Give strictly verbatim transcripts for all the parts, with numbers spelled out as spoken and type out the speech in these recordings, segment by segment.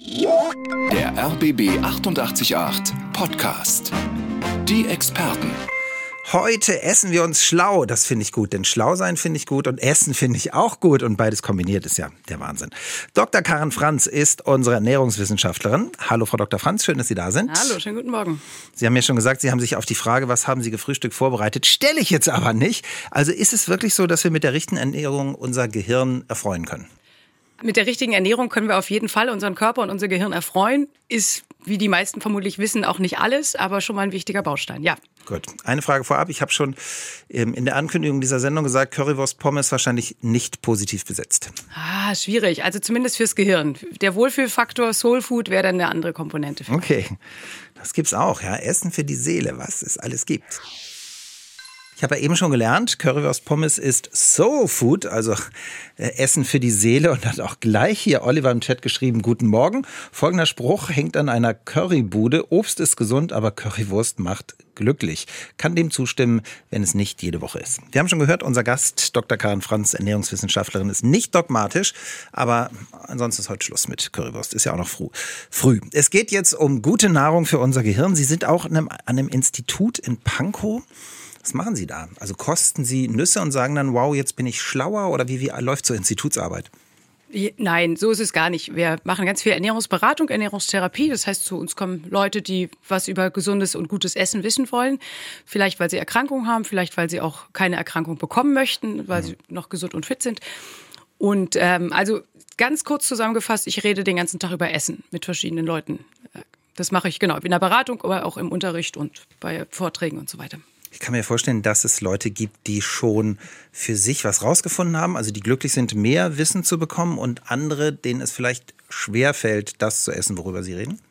Der R B B achtundachtzig Komma acht Podcast. Die Experten. Heute essen wir uns schlau. Das finde ich gut, denn schlau sein finde ich gut und essen finde ich auch gut. Und beides kombiniert ist ja der Wahnsinn. Doktor Karin Franz ist unsere Ernährungswissenschaftlerin. Hallo Frau Doktor Franz, schön, dass Sie da sind. Hallo, schönen guten Morgen. Sie haben ja schon gesagt, Sie haben sich auf die Frage, was haben Sie gefrühstückt, vorbereitet. Stelle ich jetzt aber nicht. Also ist es wirklich so, dass wir mit der richtigen Ernährung unser Gehirn erfreuen können? Mit der richtigen Ernährung können wir auf jeden Fall unseren Körper und unser Gehirn erfreuen. Ist, wie die meisten vermutlich wissen, auch nicht alles, aber schon mal ein wichtiger Baustein, ja. Gut, eine Frage vorab. Ich habe schon in der Ankündigung dieser Sendung gesagt, Currywurst Pommes wahrscheinlich nicht positiv besetzt. Ah, schwierig. Also zumindest fürs Gehirn. Der Wohlfühlfaktor Soul Food wäre dann eine andere Komponente. Okay, das gibt's auch, ja. Essen für die Seele, was es alles gibt. Ich habe ja eben schon gelernt, Currywurst Pommes ist Soul Food, also Essen für die Seele, und hat auch gleich hier Oliver im Chat geschrieben, guten Morgen. Folgender Spruch hängt an einer Currybude. Obst ist gesund, aber Currywurst macht glücklich. Kann dem zustimmen, wenn es nicht jede Woche ist. Wir haben schon gehört, unser Gast, Doktor Karin Franz, Ernährungswissenschaftlerin, ist nicht dogmatisch, aber ansonsten ist heute Schluss mit Currywurst. Ist ja auch noch früh. Es geht jetzt um gute Nahrung für unser Gehirn. Sie sind auch an einem, an einem Institut in Pankow. Was machen Sie da? Also kosten Sie Nüsse und sagen dann, wow, jetzt bin ich schlauer, oder wie, wie läuft so Institutsarbeit? Nein, so ist es gar nicht. Wir machen ganz viel Ernährungsberatung, Ernährungstherapie. Das heißt, zu uns kommen Leute, die was über gesundes und gutes Essen wissen wollen. Vielleicht, weil sie Erkrankungen haben, vielleicht, weil sie auch keine Erkrankung bekommen möchten, weil mhm. sie noch gesund und fit sind. Und ähm, also ganz kurz zusammengefasst, ich rede den ganzen Tag über Essen mit verschiedenen Leuten. Das mache ich genau in der Beratung, aber auch im Unterricht und bei Vorträgen und so weiter. Ich kann mir vorstellen, dass es Leute gibt, die schon für sich was rausgefunden haben, also die glücklich sind, mehr Wissen zu bekommen, und andere, denen es vielleicht schwerfällt, das zu essen, worüber sie reden?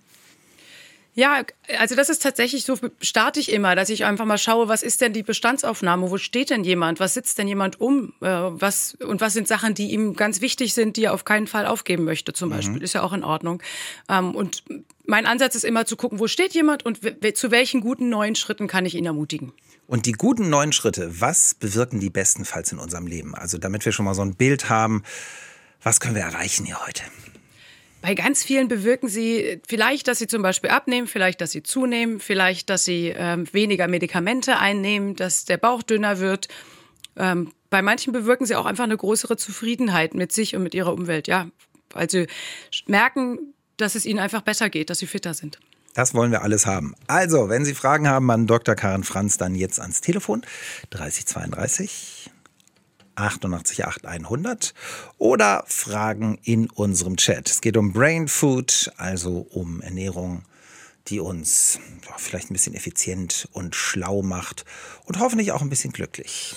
Ja, also das ist tatsächlich so, starte ich immer, dass ich einfach mal schaue, was ist denn die Bestandsaufnahme, wo steht denn jemand, was sitzt denn jemand um, äh, was und was sind Sachen, die ihm ganz wichtig sind, die er auf keinen Fall aufgeben möchte zum Beispiel, mhm. ist ja auch in Ordnung. Ähm, und mein Ansatz ist immer zu gucken, wo steht jemand und w- zu welchen guten neuen Schritten kann ich ihn ermutigen. Und die guten neuen Schritte, was bewirken die bestenfalls in unserem Leben? Also damit wir schon mal so ein Bild haben, was können wir erreichen hier heute? Bei ganz vielen bewirken sie vielleicht, dass sie zum Beispiel abnehmen, vielleicht, dass sie zunehmen, vielleicht, dass sie ähm, weniger Medikamente einnehmen, dass der Bauch dünner wird. Ähm, bei manchen bewirken sie auch einfach eine größere Zufriedenheit mit sich und mit ihrer Umwelt. Ja, weil sie merken, dass es ihnen einfach besser geht, dass sie fitter sind. Das wollen wir alles haben. Also, wenn Sie Fragen haben an Doktor Karin Franz, dann jetzt ans Telefon dreißig zweiunddreißig achtundachtzig acht hundert oder Fragen in unserem Chat. Es geht um Brain Food, also um Ernährung, die uns ja, vielleicht ein bisschen effizient und schlau macht und hoffentlich auch ein bisschen glücklich.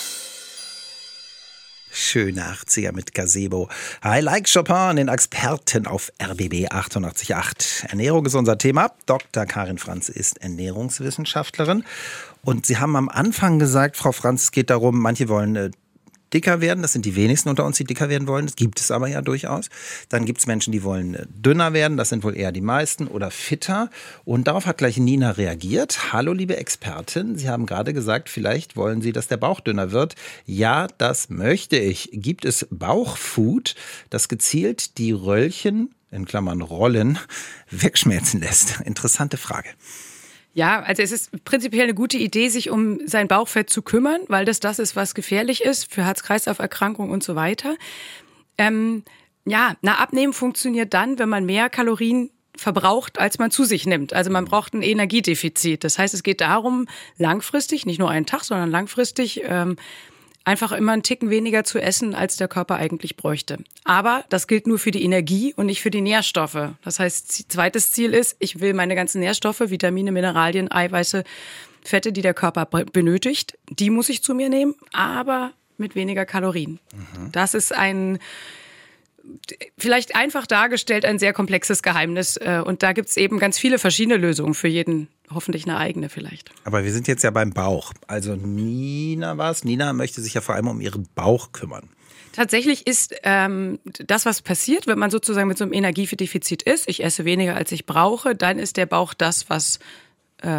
Schöne achtziger mit Gazebo. I like Chopin, den Experten auf R B B achtundachtzig Komma acht. Ernährung ist unser Thema. Doktor Karin Franz ist Ernährungswissenschaftlerin. Und Sie haben am Anfang gesagt, Frau Franz, es geht darum, manche wollen äh, dicker werden. Das sind die wenigsten unter uns, die dicker werden wollen. Das gibt es aber ja durchaus. Dann gibt es Menschen, die wollen äh, dünner werden. Das sind wohl eher die meisten. Oder fitter. Und darauf hat gleich Nina reagiert. Hallo, liebe Expertin. Sie haben gerade gesagt, vielleicht wollen Sie, dass der Bauch dünner wird. Ja, das möchte ich. Gibt es Bauchfood, das gezielt die Röllchen, in Klammern Rollen, wegschmelzen lässt? Interessante Frage. Ja, also es ist prinzipiell eine gute Idee, sich um sein Bauchfett zu kümmern, weil das das ist, was gefährlich ist für Herz-Kreislauf-Erkrankungen und so weiter. Ähm, ja, na, Abnehmen funktioniert dann, wenn man mehr Kalorien verbraucht, als man zu sich nimmt. Also man braucht ein Energiedefizit. Das heißt, es geht darum, langfristig, nicht nur einen Tag, sondern langfristig, ähm, einfach immer einen Ticken weniger zu essen, als der Körper eigentlich bräuchte. Aber das gilt nur für die Energie und nicht für die Nährstoffe. Das heißt, zweites Ziel ist, ich will meine ganzen Nährstoffe, Vitamine, Mineralien, Eiweiße, Fette, die der Körper benötigt, die muss ich zu mir nehmen, aber mit weniger Kalorien. Mhm. Das ist ein, vielleicht einfach dargestellt, ein sehr komplexes Geheimnis. Und da gibt es eben ganz viele verschiedene Lösungen für jeden. Hoffentlich eine eigene vielleicht. Aber wir sind jetzt ja beim Bauch. Also Nina war es. Nina möchte sich ja vor allem um ihren Bauch kümmern. Tatsächlich ist ähm, das, was passiert, wenn man sozusagen mit so einem Energiedefizit ist, ich esse weniger, als ich brauche, dann ist der Bauch das, was ähm,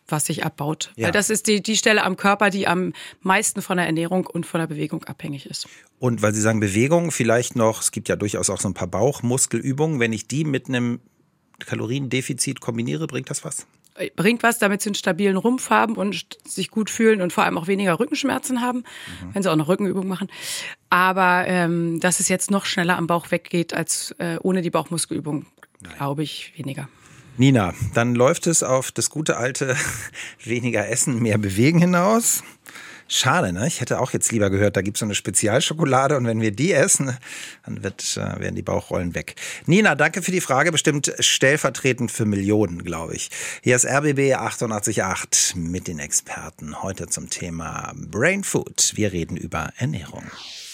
was sich abbaut. Ja. Weil das ist die, die Stelle am Körper, die am meisten von der Ernährung und von der Bewegung abhängig ist. Und weil Sie sagen Bewegung, vielleicht noch, es gibt ja durchaus auch so ein paar Bauchmuskelübungen, wenn ich die mit einem Kaloriendefizit kombiniere, bringt das was? Bringt was, damit sie einen stabilen Rumpf haben und sich gut fühlen und vor allem auch weniger Rückenschmerzen haben, mhm. wenn sie auch eine Rückenübung machen. Aber ähm, dass es jetzt noch schneller am Bauch weggeht als äh, ohne die Bauchmuskelübung, glaube ich, weniger. Nina, dann läuft es auf das gute alte weniger essen, mehr bewegen hinaus. Schade, ne? Ich hätte auch jetzt lieber gehört, da gibt es so eine Spezialschokolade und wenn wir die essen, dann wird, äh, werden die Bauchrollen weg. Nina, danke für die Frage, bestimmt stellvertretend für Millionen, glaube ich. Hier ist R B B achtundachtzig Komma acht mit den Experten. Heute zum Thema Brain Food. Wir reden über Ernährung.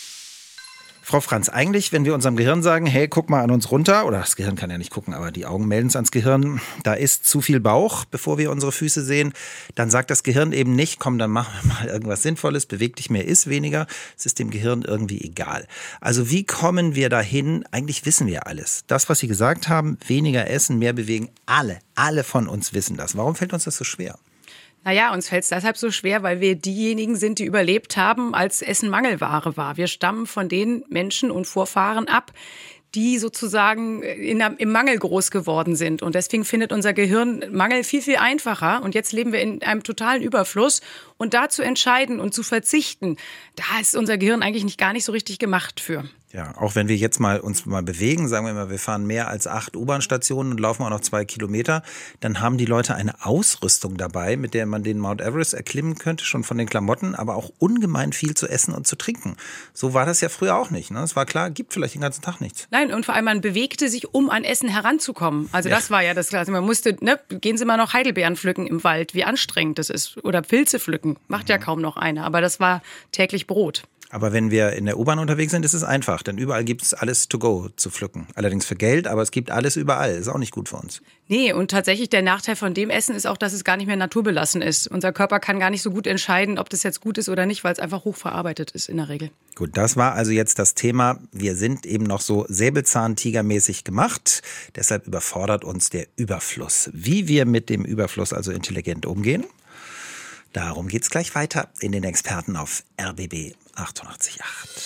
Frau Franz, eigentlich, wenn wir unserem Gehirn sagen, hey, guck mal an uns runter, oder das Gehirn kann ja nicht gucken, aber die Augen melden es ans Gehirn, da ist zu viel Bauch, bevor wir unsere Füße sehen, dann sagt das Gehirn eben nicht, komm, dann machen wir mal irgendwas Sinnvolles, beweg dich mehr, iss weniger, es ist dem Gehirn irgendwie egal. Also wie kommen wir dahin? Eigentlich wissen wir alles. Das, was Sie gesagt haben, weniger essen, mehr bewegen, alle, alle von uns wissen das. Warum fällt uns das so schwer? Naja, uns fällt es deshalb so schwer, weil wir diejenigen sind, die überlebt haben, als Essen Mangelware war. Wir stammen von den Menschen und Vorfahren ab, die sozusagen in, im Mangel groß geworden sind. Und deswegen findet unser Gehirn Mangel viel, viel einfacher. Und jetzt leben wir in einem totalen Überfluss. Und da zu entscheiden und zu verzichten, da ist unser Gehirn eigentlich nicht gar nicht so richtig gemacht für. Ja, auch wenn wir jetzt mal uns mal bewegen, sagen wir mal, wir fahren mehr als acht U-Bahn-Stationen und laufen auch noch zwei Kilometer, dann haben die Leute eine Ausrüstung dabei, mit der man den Mount Everest erklimmen könnte, schon von den Klamotten, aber auch ungemein viel zu essen und zu trinken. So war das ja früher auch nicht. Ne? Es war klar, gibt vielleicht den ganzen Tag nichts. Nein, und vor allem man bewegte sich, um an Essen heranzukommen. Also ja. das war ja das Klasse. Man musste, ne, gehen Sie mal noch Heidelbeeren pflücken im Wald, wie anstrengend das ist. Oder Pilze pflücken, macht mhm. ja kaum noch einer. Aber das war täglich Brot. Aber wenn wir in der U-Bahn unterwegs sind, ist es einfach, denn überall gibt es alles to go zu pflücken. Allerdings für Geld, aber es gibt alles überall. Ist auch nicht gut für uns. Nee, und tatsächlich der Nachteil von dem Essen ist auch, dass es gar nicht mehr naturbelassen ist. Unser Körper kann gar nicht so gut entscheiden, ob das jetzt gut ist oder nicht, weil es einfach hochverarbeitet ist in der Regel. Gut, das war also jetzt das Thema. Wir sind eben noch so säbelzahntigermäßig gemacht. Deshalb überfordert uns der Überfluss. Wie wir mit dem Überfluss also intelligent umgehen, darum geht's gleich weiter in den Experten auf R B B achtundachtzig Komma acht.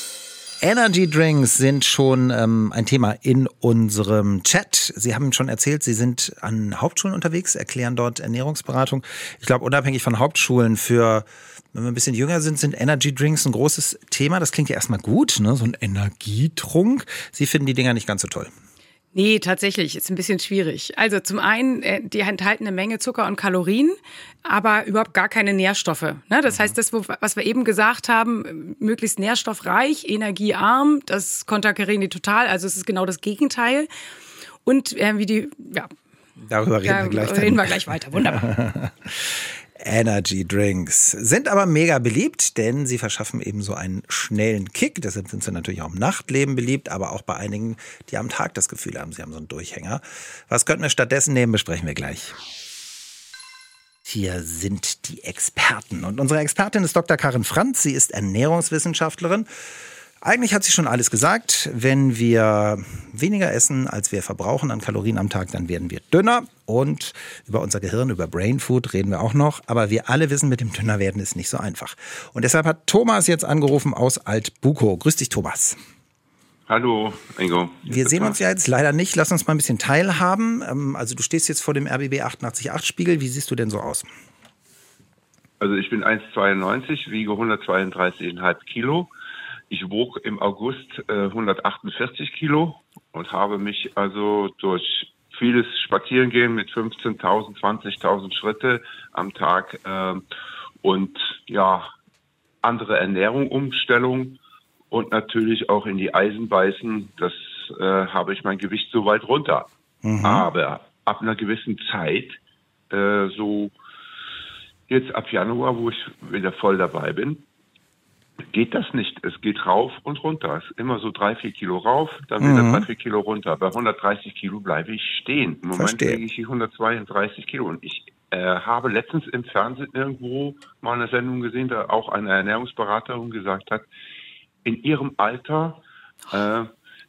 Energy Drinks sind schon ähm, ein Thema in unserem Chat. Sie haben schon erzählt, Sie sind an Hauptschulen unterwegs, erklären dort Ernährungsberatung. Ich glaube, unabhängig von Hauptschulen, für, wenn wir ein bisschen jünger sind, sind Energy Drinks ein großes Thema. Das klingt ja erstmal gut, ne? So ein Energietrunk. Sie finden die Dinger nicht ganz so toll. Nee, tatsächlich, ist ein bisschen schwierig. Also zum einen, die enthalten eine Menge Zucker und Kalorien, aber überhaupt gar keine Nährstoffe. Das heißt, das, was wir eben gesagt haben, möglichst nährstoffreich, energiearm, das konterkarieren die total. Also es ist genau das Gegenteil. Und wie die, ja. Darüber reden da wir gleich. Reden wir gleich weiter, wunderbar. Energy Drinks sind aber mega beliebt, denn sie verschaffen eben so einen schnellen Kick. Deshalb sind sie natürlich auch im Nachtleben beliebt, aber auch bei einigen, die am Tag das Gefühl haben, sie haben so einen Durchhänger. Was könnten wir stattdessen nehmen, besprechen wir gleich. Hier sind die Experten. Und unsere Expertin ist Doktor Karin Franz. Sie ist Ernährungswissenschaftlerin. Eigentlich hat sie schon alles gesagt. Wenn wir weniger essen, als wir verbrauchen an Kalorien am Tag, dann werden wir dünner. Und über unser Gehirn, über Brain Food reden wir auch noch. Aber wir alle wissen, mit dem Dünnerwerden ist nicht so einfach. Und deshalb hat Thomas jetzt angerufen aus Alt-Bukow. Grüß dich, Thomas. Hallo, Ingo. Wir sehen uns ja jetzt leider nicht. Lass uns mal ein bisschen teilhaben. Also du stehst jetzt vor dem R B B achtundachtzig Komma acht Spiegel. Wie siehst du denn so aus? Also ich bin eins Komma zweiundneunzig, wiege hundertzweiunddreißig Komma fünf Kilo. Ich wog im August äh, hundertachtundvierzig Kilo und habe mich also durch vieles Spazierengehen mit fünfzehntausend, zwanzigtausend Schritte am Tag äh, und ja andere Ernährung, Umstellung und natürlich auch in die Eisen beißen, das äh, habe ich mein Gewicht so weit runter. Mhm. Aber ab einer gewissen Zeit, äh, so jetzt ab Januar, wo ich wieder voll dabei bin, geht das nicht. Es geht rauf und runter. Es ist immer so drei, vier Kilo rauf, dann wieder mhm. drei, vier Kilo runter. Bei hundertdreißig Kilo bleibe ich stehen. Im Moment Verstehe. wiege ich hundertzweiunddreißig Kilo. Und ich äh, habe letztens im Fernsehen irgendwo mal eine Sendung gesehen, da auch eine Ernährungsberaterin gesagt hat, in ihrem Alter äh,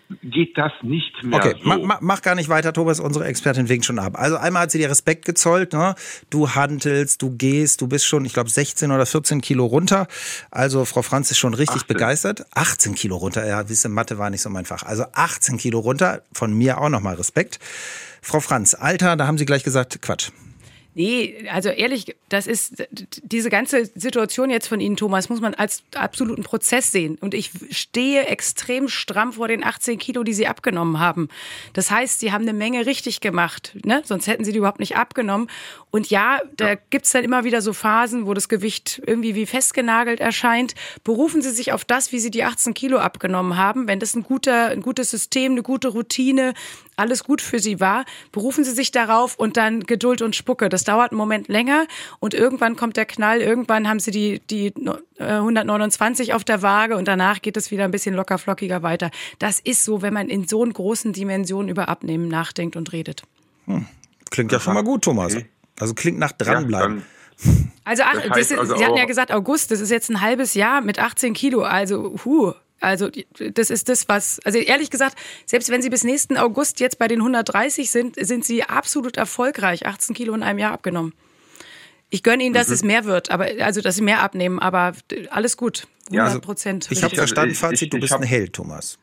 geht das nicht mehr okay, so. Okay, mach, mach gar nicht weiter, Thomas, unsere Expertin winkt schon ab. Also einmal hat sie dir Respekt gezollt, ne? Du handelst, du gehst, du bist schon, ich glaube, sechzehn oder vierzehn Kilo runter. Also Frau Franz ist schon richtig achtzehn. Begeistert. achtzehn Kilo runter, ja, wisst ihr, Mathe war nicht so mein Fach. Also achtzehn Kilo runter, von mir auch nochmal Respekt. Frau Franz, Alter, da haben Sie gleich gesagt, Quatsch. Nee, also ehrlich, das ist diese ganze Situation jetzt von Ihnen, Thomas, muss man als absoluten Prozess sehen. Und ich stehe extrem stramm vor den achtzehn Kilo, die Sie abgenommen haben. Das heißt, Sie haben eine Menge richtig gemacht, ne? Sonst hätten Sie die überhaupt nicht abgenommen. Und ja, da gibt's dann immer wieder so Phasen, wo das Gewicht irgendwie wie festgenagelt erscheint. Berufen Sie sich auf das, wie Sie die achtzehn Kilo abgenommen haben. Wenn das ein guter, ein gutes System, eine gute Routine, alles gut für Sie war, berufen Sie sich darauf und dann Geduld und Spucke. Das dauert einen Moment länger und irgendwann kommt der Knall. Irgendwann haben Sie die, die hundertneunundzwanzig auf der Waage und danach geht es wieder ein bisschen locker flockiger weiter. Das ist so, wenn man in so großen Dimensionen über Abnehmen nachdenkt und redet. Hm. Klingt ja schon mal gut, Thomas. Okay. Also klingt nach dranbleiben. Ja, also ach, das heißt das ist, also Sie hatten ja auch- gesagt August, das ist jetzt ein halbes Jahr mit achtzehn Kilo. Also, huh. Also das ist das, was, also ehrlich gesagt, selbst wenn Sie bis nächsten August jetzt bei den hundertdreißig sind, sind Sie absolut erfolgreich. achtzehn Kilo in einem Jahr abgenommen. Ich gönne Ihnen, dass mhm. es mehr wird, aber also dass Sie mehr abnehmen, aber alles gut, hundert Prozent. Ja, also ich habe verstanden, Fazit, ich, du ich bist hab, ein Held, Thomas.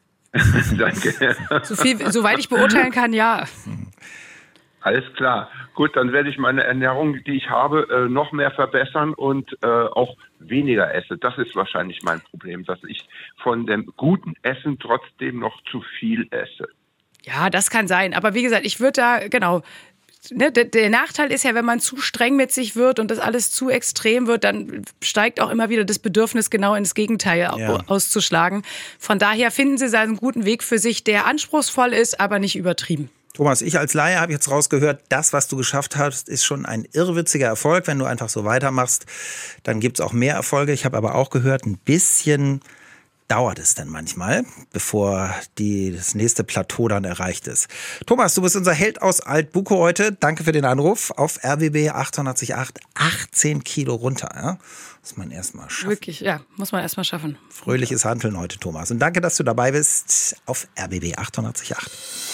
Danke. So viel, soweit ich beurteilen kann, ja. Alles klar. Gut, dann werde ich meine Ernährung, die ich habe, äh, noch mehr verbessern und äh, auch weniger esse. Das ist wahrscheinlich mein Problem, dass ich von dem guten Essen trotzdem noch zu viel esse. Ja, das kann sein. Aber wie gesagt, ich würde da, genau, ne, der, der Nachteil ist ja, wenn man zu streng mit sich wird und das alles zu extrem wird, dann steigt auch immer wieder das Bedürfnis, genau ins Gegenteil Ja. auszuschlagen. Von daher finden Sie da einen guten Weg für sich, der anspruchsvoll ist, aber nicht übertrieben. Thomas, ich als Laie habe jetzt rausgehört, das, was du geschafft hast, ist schon ein irrwitziger Erfolg. Wenn du einfach so weitermachst, dann gibt es auch mehr Erfolge. Ich habe aber auch gehört, ein bisschen dauert es dann manchmal, bevor die, das nächste Plateau dann erreicht ist. Thomas, du bist unser Held aus Alt-Buko heute. Danke für den Anruf auf R B B achtundachtzig Komma acht. achtzehn Kilo runter, ja? Muss man erstmal schaffen. Wirklich, ja, muss man erstmal schaffen. Fröhliches Handeln heute, Thomas. Und danke, dass du dabei bist auf R B B achtundachtzig Komma acht.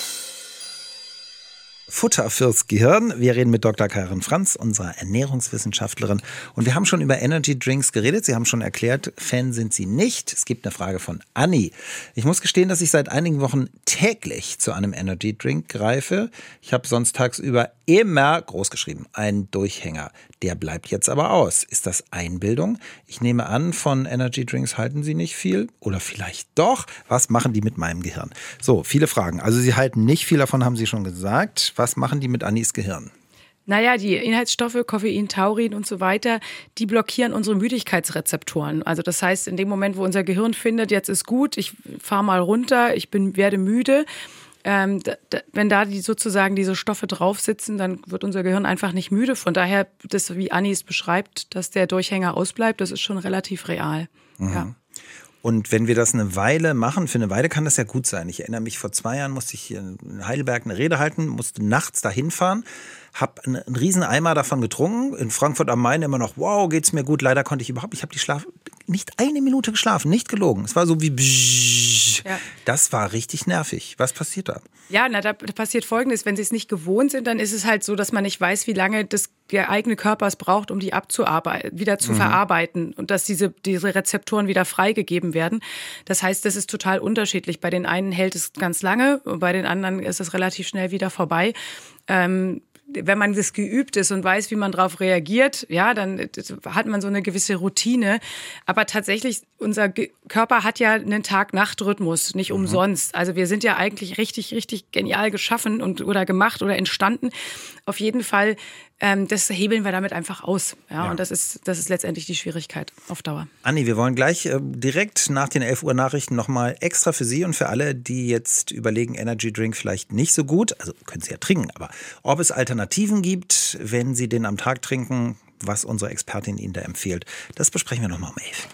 Futter fürs Gehirn. Wir reden mit Doktor Karin Franz, unserer Ernährungswissenschaftlerin. Und wir haben schon über Energy Drinks geredet. Sie haben schon erklärt, Fan sind Sie nicht. Es gibt eine Frage von Anni. Ich muss gestehen, dass ich seit einigen Wochen täglich zu einem Energy Drink greife. Ich habe sonst tagsüber immer, großgeschrieben, einen Durchhänger. Der bleibt jetzt aber aus. Ist das Einbildung? Ich nehme an, von Energy Drinks halten Sie nicht viel. Oder vielleicht doch. Was machen die mit meinem Gehirn? So, viele Fragen. Also Sie halten nicht viel davon, haben Sie schon gesagt. Was machen die mit Annis Gehirn? Naja, die Inhaltsstoffe, Koffein, Taurin und so weiter, die blockieren unsere Müdigkeitsrezeptoren. Also das heißt, in dem Moment, wo unser Gehirn findet, jetzt ist gut, ich fahre mal runter, ich bin, werde müde, ähm, da, da, wenn da die sozusagen diese Stoffe drauf sitzen, dann wird unser Gehirn einfach nicht müde. Von daher, das, wie Anni es beschreibt, dass der Durchhänger ausbleibt, das ist schon relativ real. Mhm. Ja. Und wenn wir das eine Weile machen, für eine Weile kann das ja gut sein. Ich erinnere mich, vor zwei Jahren musste ich hier in Heidelberg eine Rede halten, musste nachts dahin fahren, habe einen, einen riesen Eimer davon getrunken. In Frankfurt am Main immer noch, wow, geht's mir gut. Leider konnte ich überhaupt, ich habe die Schlaf, nicht eine Minute geschlafen, nicht gelogen. Es war so wie bzzz. Ja. Das war richtig nervig. Was passiert da? Ja, na, da passiert Folgendes. Wenn Sie es nicht gewohnt sind, dann ist es halt so, dass man nicht weiß, wie lange das, der eigene Körper es braucht, um die abzuarbeiten, wieder zu mhm. verarbeiten und dass diese, diese Rezeptoren wieder freigegeben werden. Das heißt, das ist total unterschiedlich. Bei den einen hält es ganz lange, bei den anderen ist es relativ schnell wieder vorbei. Ähm, wenn man das geübt ist und weiß, wie man darauf reagiert, ja, dann hat man so eine gewisse Routine. Aber tatsächlich, unser Ge- Körper hat ja einen Tag-Nacht-Rhythmus, nicht mhm. umsonst. Also wir sind ja eigentlich richtig, richtig genial geschaffen und oder gemacht oder entstanden. Auf jeden Fall, ähm, das hebeln wir damit einfach aus. Ja, ja. Und das ist, das ist letztendlich die Schwierigkeit auf Dauer. Anni, wir wollen gleich äh, direkt nach den elf Uhr Nachrichten nochmal extra für Sie und für alle, die jetzt überlegen, Energy Drink vielleicht nicht so gut, also können Sie ja trinken, aber ob es Alternativen gibt, wenn Sie den am Tag trinken, was unsere Expertin Ihnen da empfiehlt, das besprechen wir nochmal um elf.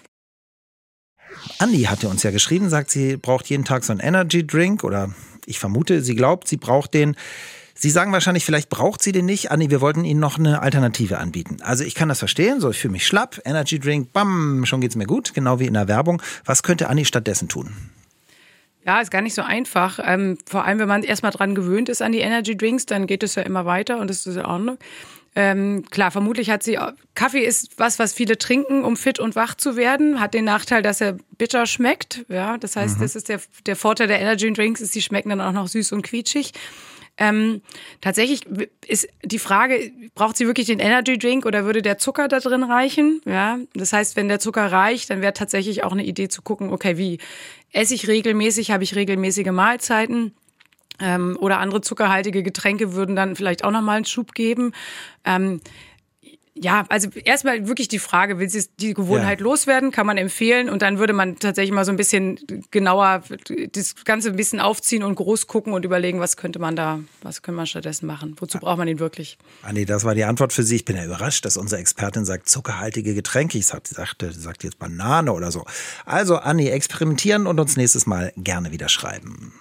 Anni hatte uns ja geschrieben, sagt, sie braucht jeden Tag so einen Energy Drink oder ich vermute, sie glaubt, sie braucht den. Sie sagen wahrscheinlich, vielleicht braucht sie den nicht. Anni, wir wollten Ihnen noch eine Alternative anbieten. Also ich kann das verstehen, so ich fühle mich schlapp, Energy Drink, bam, schon geht's mir gut, genau wie in der Werbung. Was könnte Anni stattdessen tun? Ja, ist gar nicht so einfach. Ähm, vor allem, wenn man erstmal dran gewöhnt ist an die Energy Drinks, dann geht es ja immer weiter und das ist in Ordnung. Ähm, klar, vermutlich hat sie, Kaffee ist was, was viele trinken, um fit und wach zu werden, hat den Nachteil, dass er bitter schmeckt. Ja, das heißt, mhm. das ist der, der Vorteil der Energy Drinks, ist, die schmecken dann auch noch süß und quietschig. Ähm, tatsächlich ist die Frage, braucht sie wirklich den Energy Drink oder würde der Zucker da drin reichen? Ja, das heißt, wenn der Zucker reicht, dann wäre tatsächlich auch eine Idee zu gucken, okay, wie esse ich regelmäßig, habe ich regelmäßige Mahlzeiten? Ähm, oder andere zuckerhaltige Getränke würden dann vielleicht auch nochmal einen Schub geben. Ähm, Ja, also erstmal wirklich die Frage, will sie die Gewohnheit ja. loswerden, kann man empfehlen und dann würde man tatsächlich mal so ein bisschen genauer das Ganze ein bisschen aufziehen und groß gucken und überlegen, was könnte man da, was können wir stattdessen machen, wozu braucht man ihn wirklich? Anni, das war die Antwort für Sie. Ich bin ja überrascht, dass unsere Expertin sagt, zuckerhaltige Getränke. Ich sagte, sagt jetzt Banane oder so. Also Anni, experimentieren und uns nächstes Mal gerne wieder schreiben.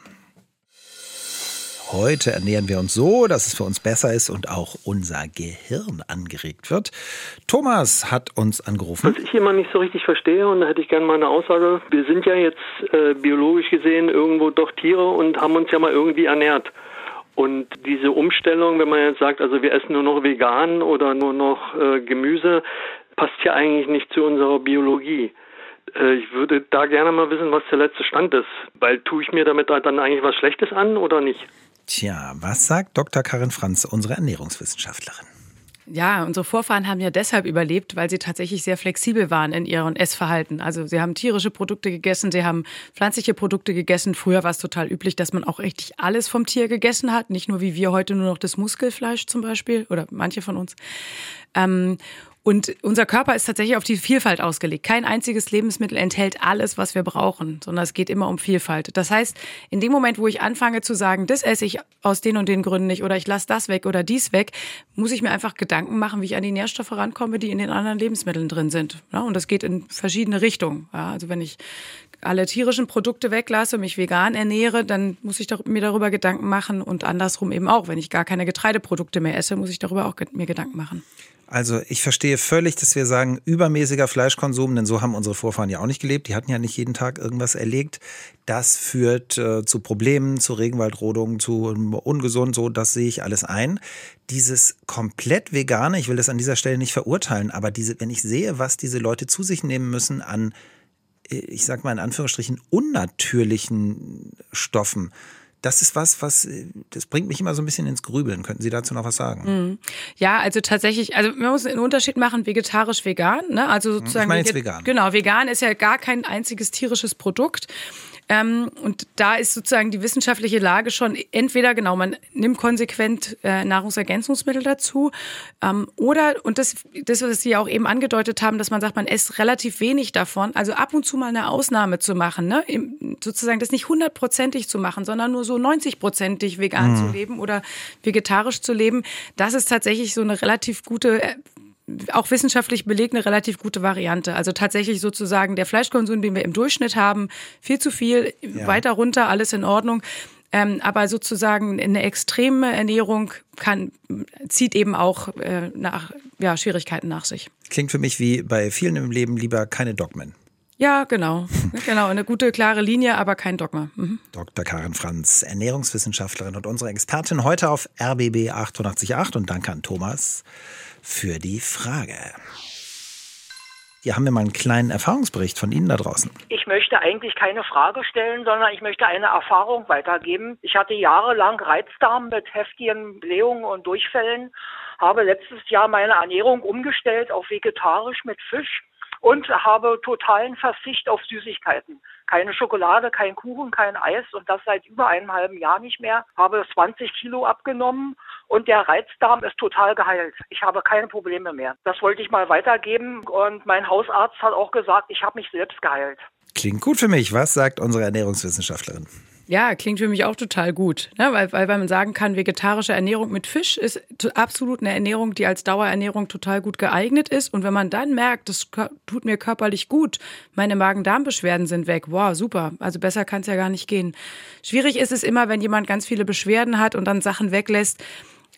Heute ernähren wir uns so, dass es für uns besser ist und auch unser Gehirn angeregt wird. Thomas hat uns angerufen. Was ich immer nicht so richtig verstehe, und da hätte ich gerne mal eine Aussage. Wir sind ja jetzt äh, biologisch gesehen irgendwo doch Tiere und haben uns ja mal irgendwie ernährt. Und diese Umstellung, wenn man jetzt sagt, also wir essen nur noch vegan oder nur noch äh, Gemüse, passt ja eigentlich nicht zu unserer Biologie. Äh, ich würde da gerne mal wissen, was der letzte Stand ist. Weil tue ich mir damit dann eigentlich was Schlechtes an oder nicht? Tja, was sagt Doktor Karin Franz, unsere Ernährungswissenschaftlerin? Ja, unsere Vorfahren haben ja deshalb überlebt, weil sie tatsächlich sehr flexibel waren in ihrem Essverhalten. Also sie haben tierische Produkte gegessen, sie haben pflanzliche Produkte gegessen. Früher war es total üblich, dass man auch richtig alles vom Tier gegessen hat. Nicht nur wie wir heute nur noch das Muskelfleisch zum Beispiel oder manche von uns. Ähm, Und unser Körper ist tatsächlich auf die Vielfalt ausgelegt. Kein einziges Lebensmittel enthält alles, was wir brauchen, sondern es geht immer um Vielfalt. Das heißt, in dem Moment, wo ich anfange zu sagen, das esse ich aus den und den Gründen nicht oder ich lasse das weg oder dies weg, muss ich mir einfach Gedanken machen, wie ich an die Nährstoffe rankomme, die in den anderen Lebensmitteln drin sind. Ja, und das geht in verschiedene Richtungen. Ja, also wenn ich alle tierischen Produkte weglasse und mich vegan ernähre, dann muss ich mir darüber Gedanken machen und andersrum eben auch. Wenn ich gar keine Getreideprodukte mehr esse, muss ich darüber auch mir Gedanken machen. Also ich verstehe völlig, dass wir sagen, übermäßiger Fleischkonsum, denn so haben unsere Vorfahren ja auch nicht gelebt. Die hatten ja nicht jeden Tag irgendwas erlegt. Das führt äh, zu Problemen, zu Regenwaldrodungen, zu ungesund, so, das sehe ich alles ein. Dieses komplett Vegane, ich will das an dieser Stelle nicht verurteilen, aber diese, wenn ich sehe, was diese Leute zu sich nehmen müssen an, ich sag mal in Anführungsstrichen, unnatürlichen Stoffen, das ist was, was, das bringt mich immer so ein bisschen ins Grübeln. Könnten Sie dazu noch was sagen? Ja, also tatsächlich, also man muss einen Unterschied machen, vegetarisch, vegan, ne? Also sozusagen. Ich meine jetzt vegan. Genau, vegan ist ja gar kein einziges tierisches Produkt. Ähm, und da ist sozusagen die wissenschaftliche Lage schon entweder, genau, man nimmt konsequent äh, Nahrungsergänzungsmittel dazu ähm, oder, und das, das, was Sie auch eben angedeutet haben, dass man sagt, man isst relativ wenig davon, also ab und zu mal eine Ausnahme zu machen, ne? Im, sozusagen das nicht hundertprozentig zu machen, sondern nur so neunzigprozentig vegan mhm. zu leben oder vegetarisch zu leben, das ist tatsächlich so eine relativ gute äh, auch wissenschaftlich belegt eine relativ gute Variante. Also tatsächlich sozusagen der Fleischkonsum, den wir im Durchschnitt haben, viel zu viel, ja. weiter runter, alles in Ordnung. Ähm, aber sozusagen eine extreme Ernährung kann, zieht eben auch äh, nach, ja, Schwierigkeiten nach sich. Klingt für mich wie bei vielen im Leben lieber keine Dogmen. Ja, genau. Genau, eine gute, klare Linie, aber kein Dogma. Mhm. Doktor Karin Franz, Ernährungswissenschaftlerin und unsere Expertin heute auf R B B achtundachtzig Komma acht und danke an Thomas für die Frage. Hier haben wir mal einen kleinen Erfahrungsbericht von Ihnen da draußen. Ich möchte eigentlich keine Frage stellen, sondern ich möchte eine Erfahrung weitergeben. Ich hatte jahrelang Reizdarm mit heftigen Blähungen und Durchfällen, habe letztes Jahr meine Ernährung umgestellt auf vegetarisch mit Fisch und habe totalen Verzicht auf Süßigkeiten. Keine Schokolade, kein Kuchen, kein Eis und das seit über einem halben Jahr nicht mehr. Habe zwanzig Kilo abgenommen und der Reizdarm ist total geheilt. Ich habe keine Probleme mehr. Das wollte ich mal weitergeben und mein Hausarzt hat auch gesagt, ich habe mich selbst geheilt. Klingt gut für mich. Was sagt unsere Ernährungswissenschaftlerin? Ja, klingt für mich auch total gut, ne? weil, weil man sagen kann, vegetarische Ernährung mit Fisch ist absolut eine Ernährung, die als Dauerernährung total gut geeignet ist. Und wenn man dann merkt, das tut mir körperlich gut, meine Magen-Darm-Beschwerden sind weg, wow, super, also besser kann es ja gar nicht gehen. Schwierig ist es immer, wenn jemand ganz viele Beschwerden hat und dann Sachen weglässt,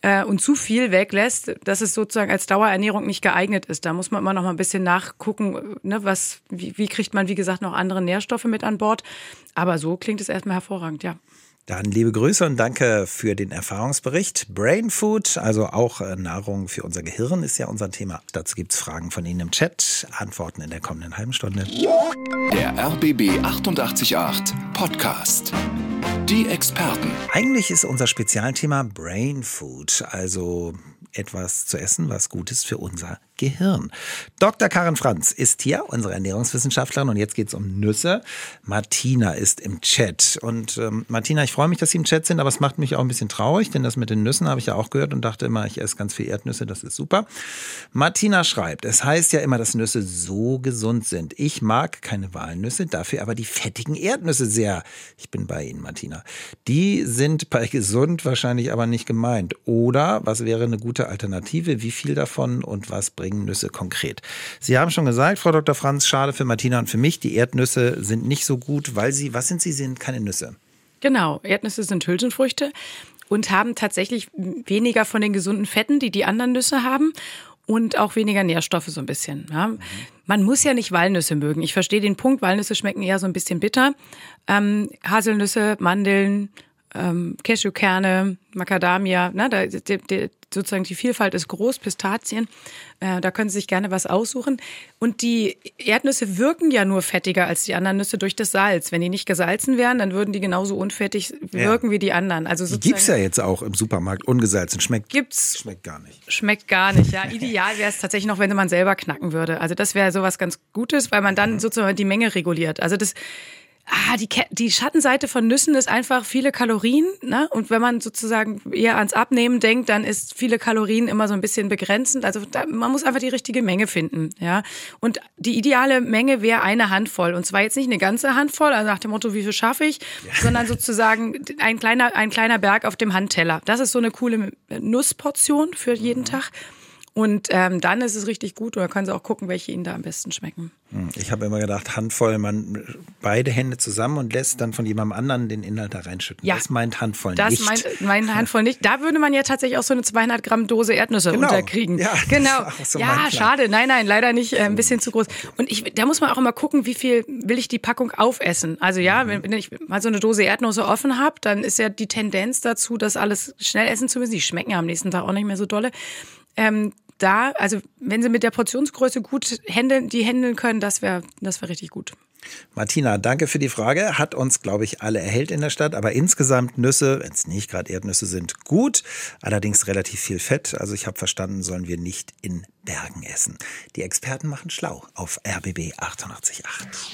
äh, und zu viel weglässt, dass es sozusagen als Dauerernährung nicht geeignet ist. Da muss man immer noch mal ein bisschen nachgucken, ne, was, wie, wie kriegt man, wie gesagt, noch andere Nährstoffe mit an Bord. Aber so klingt es erstmal hervorragend, ja. Dann liebe Grüße und danke für den Erfahrungsbericht. Brain Food, also auch Nahrung für unser Gehirn, ist ja unser Thema. Dazu gibt es Fragen von Ihnen im Chat, Antworten in der kommenden halben Stunde. Der R B B achtundachtzig Komma acht Podcast. Die Experten. Eigentlich ist unser Spezialthema Brain Food, also etwas zu essen, was gut ist für unser Gehirn. Doktor Karin Franz ist hier, unsere Ernährungswissenschaftlerin, und jetzt geht es um Nüsse. Martina ist im Chat. Und ähm, Martina, ich freue mich, dass Sie im Chat sind, aber es macht mich auch ein bisschen traurig, denn das mit den Nüssen habe ich ja auch gehört und dachte immer, ich esse ganz viel Erdnüsse, das ist super. Martina schreibt, es heißt ja immer, dass Nüsse so gesund sind. Ich mag keine Walnüsse, dafür aber die fettigen Erdnüsse sehr. Ich bin bei Ihnen, Martina. Die sind bei gesund wahrscheinlich aber nicht gemeint. Oder was wäre eine gute Alternative? Wie viel davon und was bringen Nüsse konkret? Sie haben schon gesagt, Frau Doktor Franz, schade für Martina und für mich, die Erdnüsse sind nicht so gut, weil sie, was sind sie, sind keine Nüsse. Genau, Erdnüsse sind Hülsenfrüchte und haben tatsächlich weniger von den gesunden Fetten, die die anderen Nüsse haben. Und auch weniger Nährstoffe so ein bisschen. Ja. Mhm. Man muss ja nicht Walnüsse mögen. Ich verstehe den Punkt, Walnüsse schmecken eher so ein bisschen bitter. Ähm, Haselnüsse, Mandeln, ähm, Cashewkerne, Macadamia, ne, da, die, die, sozusagen die Vielfalt ist groß, Pistazien, äh, da können Sie sich gerne was aussuchen. Und die Erdnüsse wirken ja nur fettiger als die anderen Nüsse durch das Salz. Wenn die nicht gesalzen wären, dann würden die genauso unfettig wirken ja. wie die anderen. Also die gibt's ja jetzt auch im Supermarkt ungesalzen, schmeckt, gibt's, schmeckt gar nicht. Schmeckt gar nicht, ja. Ideal wäre es tatsächlich noch, wenn man selber knacken würde. Also das wäre sowas ganz Gutes, weil man dann sozusagen die Menge reguliert. Also das Ah, die, die Schattenseite von Nüssen ist einfach viele Kalorien, ne? Und wenn man sozusagen eher ans Abnehmen denkt, dann ist viele Kalorien immer so ein bisschen begrenzend. Also da, man muss einfach die richtige Menge finden, ja. Und die ideale Menge wäre eine Handvoll. Und zwar jetzt nicht eine ganze Handvoll, also nach dem Motto, wie viel schaffe ich, ja. sondern sozusagen ein kleiner, ein kleiner Berg auf dem Handteller. Das ist so eine coole Nussportion für jeden mhm. Tag. Und ähm, dann ist es richtig gut. Oder können Sie auch gucken, welche Ihnen da am besten schmecken. Ich habe immer gedacht, Handvoll, man beide Hände zusammen und lässt dann von jemandem anderen den Inhalt da reinschütten. Ja, das meint Handvoll das nicht. Das meint mein Handvoll nicht. Da würde man ja tatsächlich auch so eine zweihundert Gramm Dose Erdnüsse genau. unterkriegen. Ja, genau. So ja schade. Nein, nein, leider nicht. Äh, ein bisschen zu groß. Und ich, da muss man auch immer gucken, wie viel will ich die Packung aufessen. Also ja, mhm. wenn ich mal so eine Dose Erdnüsse offen habe, dann ist ja die Tendenz dazu, das alles schnell essen zu müssen. Die schmecken ja am nächsten Tag auch nicht mehr so dolle. Ähm, Da, also wenn Sie mit der Portionsgröße gut handeln, die handeln können, das wäre das wäre richtig gut. Martina, danke für die Frage. Hat uns, glaube ich, alle erhellt in der Stadt. Aber insgesamt Nüsse, wenn es nicht gerade Erdnüsse sind, gut. Allerdings relativ viel Fett. Also ich habe verstanden, sollen wir nicht in Bergen essen. Die Experten machen schlau auf R B B achtundachtzig Komma acht.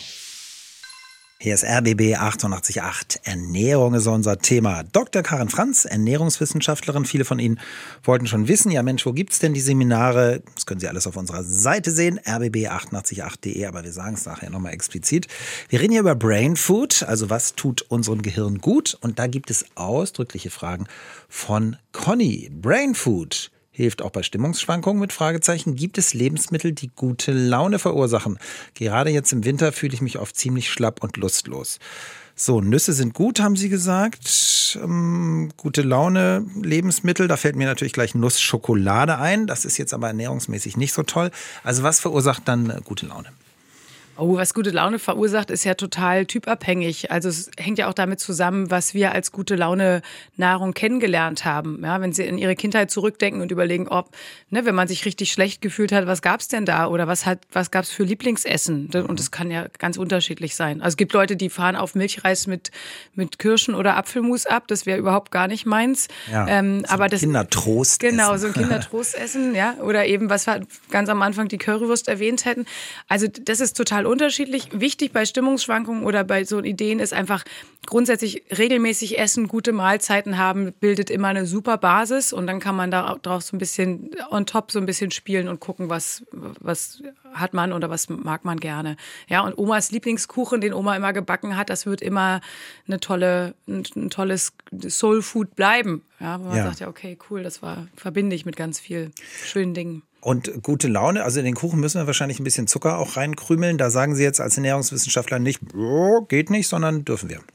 Hier ist R B B achtundachtzig Komma acht. Ernährung ist unser Thema. Doktor Karin Franz, Ernährungswissenschaftlerin. Viele von Ihnen wollten schon wissen, ja Mensch, wo gibt's denn die Seminare? Das können Sie alles auf unserer Seite sehen, r b b achtundachtzig Komma acht punkt de, aber wir sagen es nachher nochmal explizit. Wir reden hier über Brain Food, also was tut unserem Gehirn gut? Und da gibt es ausdrückliche Fragen von Conny. Brain Food hilft auch bei Stimmungsschwankungen mit Fragezeichen. Gibt es Lebensmittel, die gute Laune verursachen? Gerade jetzt im Winter fühle ich mich oft ziemlich schlapp und lustlos. So, Nüsse sind gut, haben Sie gesagt. Ähm, gute Laune, Lebensmittel. Da fällt mir natürlich gleich Nussschokolade ein. Das ist jetzt aber ernährungsmäßig nicht so toll. Also was verursacht dann äh, gute Laune? Oh, was gute Laune verursacht, ist ja total typabhängig. Also es hängt ja auch damit zusammen, was wir als gute Laune Nahrung kennengelernt haben. Ja, wenn Sie in Ihre Kindheit zurückdenken und überlegen, ob, ne, wenn man sich richtig schlecht gefühlt hat, was gab's denn da? Oder was hat, was gab's für Lieblingsessen? Und das kann ja ganz unterschiedlich sein. Also es gibt Leute, die fahren auf Milchreis mit, mit Kirschen oder Apfelmus ab. Das wäre überhaupt gar nicht meins. Ja, ähm, so aber ein das Kindertrost. Genau, so ein Kindertrostessen, ja. Oder eben, was wir ganz am Anfang die Currywurst erwähnt hätten. Also das ist total unterschiedlich. Wichtig bei Stimmungsschwankungen oder bei so Ideen ist einfach grundsätzlich regelmäßig essen, gute Mahlzeiten haben, bildet immer eine super Basis und dann kann man da drauf so ein bisschen on top so ein bisschen spielen und gucken, was, was hat man oder was mag man gerne. Ja, und Omas Lieblingskuchen, den Oma immer gebacken hat, das wird immer eine tolle, ein, ein tolles Soul Food bleiben. Ja, wo man ja. sagt, ja, okay, cool, das war, verbinde ich mit ganz viel schönen Dingen. Und gute Laune, also in den Kuchen müssen wir wahrscheinlich ein bisschen Zucker auch reinkrümeln. Da sagen Sie jetzt als Ernährungswissenschaftler nicht, oh, geht nicht, sondern dürfen wir.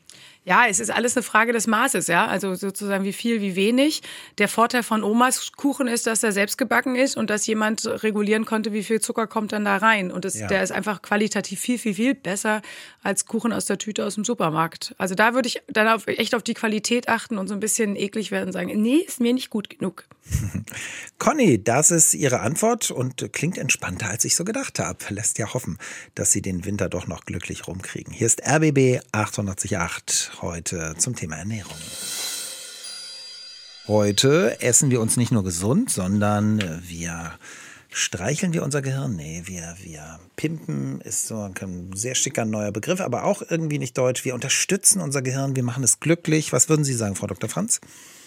Ja, es ist alles eine Frage des Maßes, ja. Also sozusagen wie viel, wie wenig. Der Vorteil von Omas Kuchen ist, dass er selbst gebacken ist und dass jemand regulieren konnte, wie viel Zucker kommt dann da rein. Und das, ja. der ist einfach qualitativ viel, viel, viel besser als Kuchen aus der Tüte aus dem Supermarkt. Also da würde ich dann auf, echt auf die Qualität achten und so ein bisschen eklig werden und sagen, nee, ist mir nicht gut genug. Conny, das ist Ihre Antwort und klingt entspannter, als ich so gedacht habe. Lässt ja hoffen, dass Sie den Winter doch noch glücklich rumkriegen. Hier ist R B B achtundachtzig Komma acht. Heute zum Thema Ernährung. Heute essen wir uns nicht nur gesund, sondern wir streicheln wir unser Gehirn. Nee, wir, wir pimpen, ist so ein sehr schicker neuer Begriff, aber auch irgendwie nicht deutsch. Wir unterstützen unser Gehirn, wir machen es glücklich. Was würden Sie sagen, Frau Doktor Franz?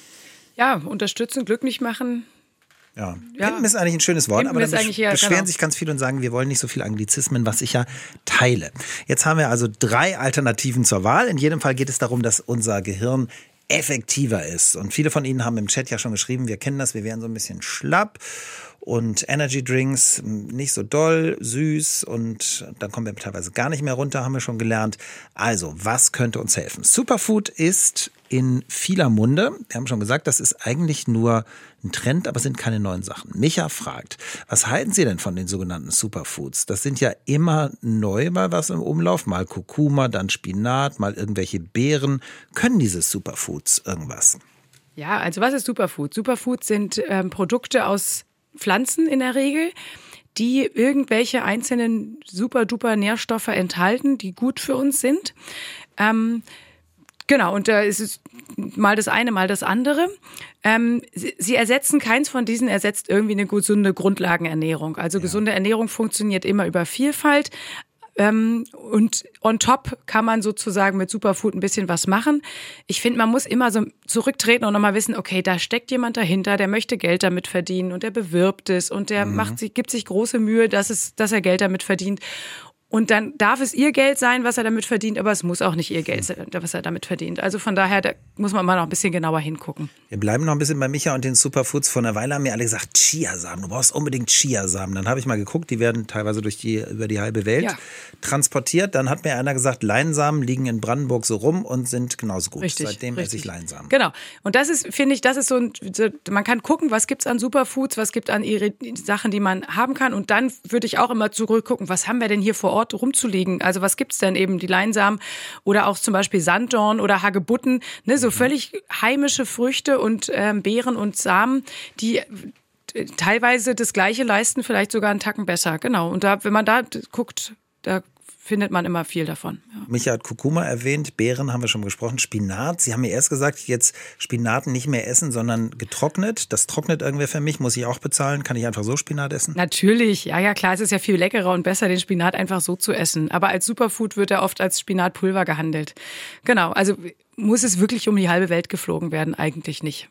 Ja, unterstützen, glücklich machen. Ja, ja. Pimpen ist eigentlich ein schönes Wort, Pimpen aber da ja, beschweren genau. sich ganz viele und sagen, wir wollen nicht so viel Anglizismen, was ich ja teile. Jetzt haben wir also drei Alternativen zur Wahl. In jedem Fall geht es darum, dass unser Gehirn effektiver ist. Und viele von Ihnen haben im Chat ja schon geschrieben, wir kennen das, wir wären so ein bisschen schlapp. Und Energy Drinks nicht so doll, süß und dann kommen wir teilweise gar nicht mehr runter, haben wir schon gelernt. Also, was könnte uns helfen? Superfood ist in vieler Munde. Wir haben schon gesagt, das ist eigentlich nur ein Trend, aber es sind keine neuen Sachen. Micha fragt, was halten Sie denn von den sogenannten Superfoods? Das sind ja immer neu mal was im Umlauf, mal Kurkuma, dann Spinat, mal irgendwelche Beeren. Können diese Superfoods irgendwas? Ja, also was ist Superfood? Superfoods sind ähm, Produkte aus Pflanzen in der Regel, die irgendwelche einzelnen super-duper Nährstoffe enthalten, die gut für uns sind. Ähm, genau, und da ist es mal das eine, mal das andere. Ähm, sie, sie ersetzen, keins von diesen ersetzt irgendwie eine gesunde Grundlagenernährung. Also ja. Gesunde Ernährung funktioniert immer über Vielfalt. Ähm, und on top kann man sozusagen mit Superfood ein bisschen was machen. Ich finde, man muss immer so zurücktreten und nochmal wissen, okay, da steckt jemand dahinter, der möchte Geld damit verdienen und der bewirbt es und der mhm. macht sich, gibt sich große Mühe, dass es, dass er Geld damit verdient. Und dann darf es ihr Geld sein, was er damit verdient, aber es muss auch nicht ihr Geld sein, was er damit verdient. Also von daher, da muss man mal noch ein bisschen genauer hingucken. Wir bleiben noch ein bisschen bei Micha und den Superfoods. Vor einer Weile haben mir alle gesagt, Chiasamen, du brauchst unbedingt Chiasamen. Dann habe ich mal geguckt, die werden teilweise durch die, über die halbe Welt ja. transportiert. Dann hat mir einer gesagt, Leinsamen liegen in Brandenburg so rum und sind genauso gut. Richtig, Seitdem richtig. esse ich Leinsamen. Genau. Und das ist, finde ich, das ist so ein, so, man kann gucken, was gibt's an Superfoods, was gibt an ihre Sachen, die man haben kann. Und dann würde ich auch immer zurückgucken, was haben wir denn hier vor Ort rumzuliegen? Also was gibt's denn eben, die Leinsamen oder auch zum Beispiel Sanddorn oder Hagebutten, ne, so mhm. völlig heimische Früchte und ähm, Beeren und Samen, die teilweise das Gleiche leisten, vielleicht sogar einen Tacken besser. Genau. Und da, wenn man da guckt, da findet man immer viel davon. Ja. Micha hat Kurkuma erwähnt, Beeren haben wir schon gesprochen, Spinat. Sie haben mir erst gesagt, jetzt Spinat nicht mehr essen, sondern getrocknet. Das trocknet irgendwer für mich, muss ich auch bezahlen. Kann ich einfach so Spinat essen? Natürlich, ja, ja klar, es ist ja viel leckerer und besser, den Spinat einfach so zu essen. Aber als Superfood wird er oft als Spinatpulver gehandelt. Genau, also muss es wirklich um die halbe Welt geflogen werden? Eigentlich nicht.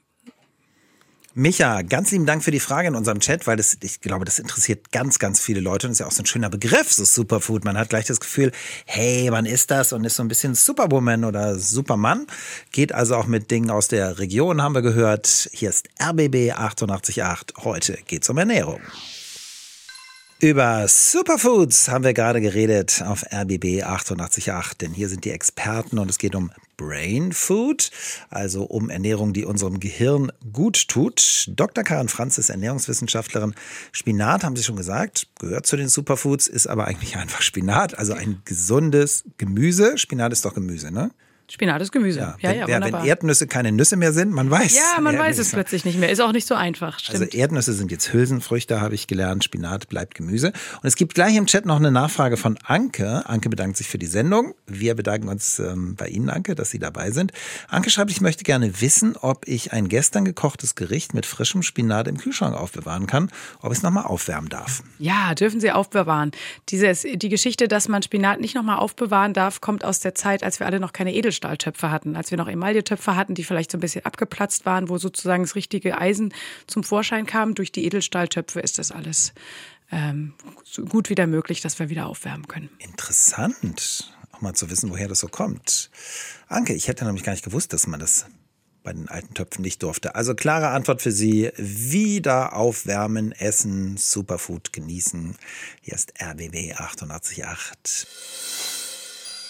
Micha, ganz lieben Dank für die Frage in unserem Chat, weil das, ich glaube, das interessiert ganz, ganz viele Leute und ist ja auch so ein schöner Begriff, so Superfood. Man hat gleich das Gefühl, hey, wann ist das? Und ist so ein bisschen Superwoman oder Superman. Geht also auch mit Dingen aus der Region, haben wir gehört. Hier ist R B B achtundachtzig Komma acht. Heute geht's um Ernährung. Über Superfoods haben wir gerade geredet auf R B B achtundachtzig Komma acht, denn hier sind die Experten und es geht um Brain Food, also um Ernährung, die unserem Gehirn gut tut. Doktor Karin Franz ist Ernährungswissenschaftlerin. Spinat, haben Sie schon gesagt, gehört zu den Superfoods, ist aber eigentlich einfach Spinat, also ein gesundes Gemüse. Spinat ist doch Gemüse, ne? Spinat ist Gemüse. Ja, ja, wenn, ja, ja, wunderbar. Wenn Erdnüsse keine Nüsse mehr sind, man weiß. Ja, man Erdnüsse weiß es plötzlich nicht mehr. Ist auch nicht so einfach, stimmt. Also Erdnüsse sind jetzt Hülsenfrüchte, habe ich gelernt. Spinat bleibt Gemüse. Und es gibt gleich im Chat noch eine Nachfrage von Anke. Anke bedankt sich für die Sendung. Wir bedanken uns ähm, bei Ihnen, Anke, dass Sie dabei sind. Anke schreibt, ich möchte gerne wissen, ob ich ein gestern gekochtes Gericht mit frischem Spinat im Kühlschrank aufbewahren kann, ob ich es nochmal aufwärmen darf. Ja, dürfen Sie aufbewahren. Dieses, die Geschichte, dass man Spinat nicht nochmal aufbewahren darf, kommt aus der Zeit, als wir alle noch keine Edelstahltöpfe hatten. Als wir noch Emailletöpfe hatten, die vielleicht so ein bisschen abgeplatzt waren, wo sozusagen das richtige Eisen zum Vorschein kam. Durch die Edelstahltöpfe ist das alles ähm, so gut wieder möglich, dass wir wieder aufwärmen können. Interessant, auch mal zu wissen, woher das so kommt. Anke, ich hätte nämlich gar nicht gewusst, dass man das bei den alten Töpfen nicht durfte. Also klare Antwort für Sie, wieder aufwärmen, essen, Superfood genießen. Hier ist R B B achtundachtzig Komma acht.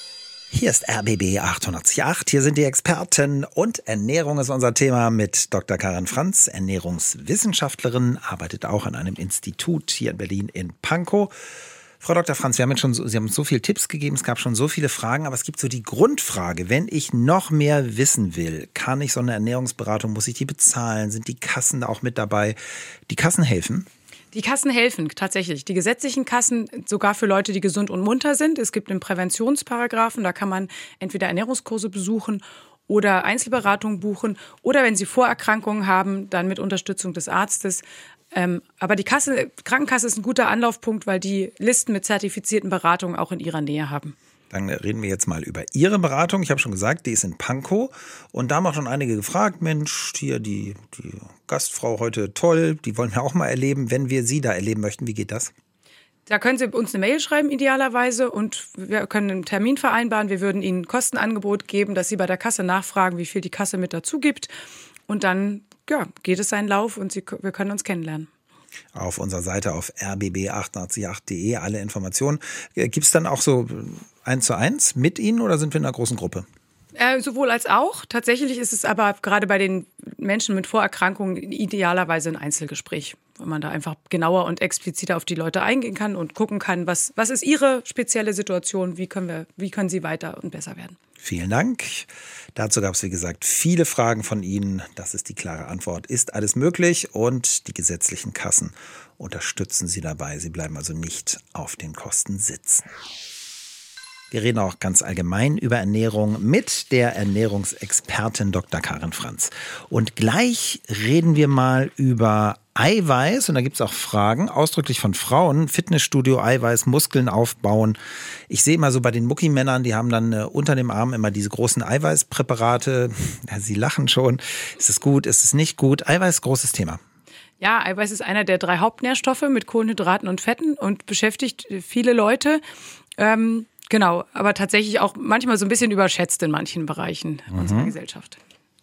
Hier ist R B B achtundachtzig Komma acht, hier sind die Experten und Ernährung ist unser Thema mit Doktor Karin Franz, Ernährungswissenschaftlerin, arbeitet auch an einem Institut hier in Berlin in Pankow. Frau Doktor Franz, wir haben jetzt schon so, Sie haben uns so viele Tipps gegeben, es gab schon so viele Fragen, aber es gibt so die Grundfrage, wenn ich noch mehr wissen will, kann ich so eine Ernährungsberatung, muss ich die bezahlen, sind die Kassen da auch mit dabei? Die Kassen helfen? Die Kassen helfen tatsächlich. Die gesetzlichen Kassen sogar für Leute, die gesund und munter sind. Es gibt einen Präventionsparagraphen, da kann man entweder Ernährungskurse besuchen oder Einzelberatung buchen oder wenn Sie Vorerkrankungen haben, dann mit Unterstützung des Arztes. Ähm, aber die Kasse, Krankenkasse ist ein guter Anlaufpunkt, weil die Listen mit zertifizierten Beratungen auch in ihrer Nähe haben. Dann reden wir jetzt mal über Ihre Beratung. Ich habe schon gesagt, die ist in Pankow. Und da haben auch schon einige gefragt, Mensch, hier die, die Gastfrau heute toll, die wollen wir auch mal erleben. Wenn wir Sie da erleben möchten, wie geht das? Da können Sie uns eine Mail schreiben idealerweise und wir können einen Termin vereinbaren. Wir würden Ihnen ein Kostenangebot geben, dass Sie bei der Kasse nachfragen, wie viel die Kasse mit dazu gibt. Und dann ja, geht es seinen Lauf und Sie, wir können uns kennenlernen. Auf unserer Seite auf r b b achtundachtzig Komma acht punkt de alle Informationen. Gibt es dann auch so eins zu eins mit Ihnen oder sind wir in einer großen Gruppe? Äh, sowohl als auch. Tatsächlich ist es aber gerade bei den Menschen mit Vorerkrankungen idealerweise ein Einzelgespräch, weil man da einfach genauer und expliziter auf die Leute eingehen kann und gucken kann, was, was ist ihre spezielle Situation, wie können wir, wie können sie weiter und besser werden. Vielen Dank. Dazu gab es, wie gesagt, viele Fragen von Ihnen. Das ist die klare Antwort. Ist alles möglich und die gesetzlichen Kassen unterstützen Sie dabei. Sie bleiben also nicht auf den Kosten sitzen. Wir reden auch ganz allgemein über Ernährung mit der Ernährungsexpertin Doktor Karin Franz. Und gleich reden wir mal über Eiweiß. Und da gibt es auch Fragen, ausdrücklich von Frauen. Fitnessstudio, Eiweiß, Muskeln aufbauen. Ich sehe immer so bei den Muckimännern, die haben dann äh, unter dem Arm immer diese großen Eiweißpräparate. Ja, sie lachen schon. Ist es gut, ist es nicht gut? Eiweiß, großes Thema. Ja, Eiweiß ist einer der drei Hauptnährstoffe mit Kohlenhydraten und Fetten und beschäftigt viele Leute. Ähm, Genau, aber tatsächlich auch manchmal so ein bisschen überschätzt in manchen Bereichen mhm. unserer Gesellschaft.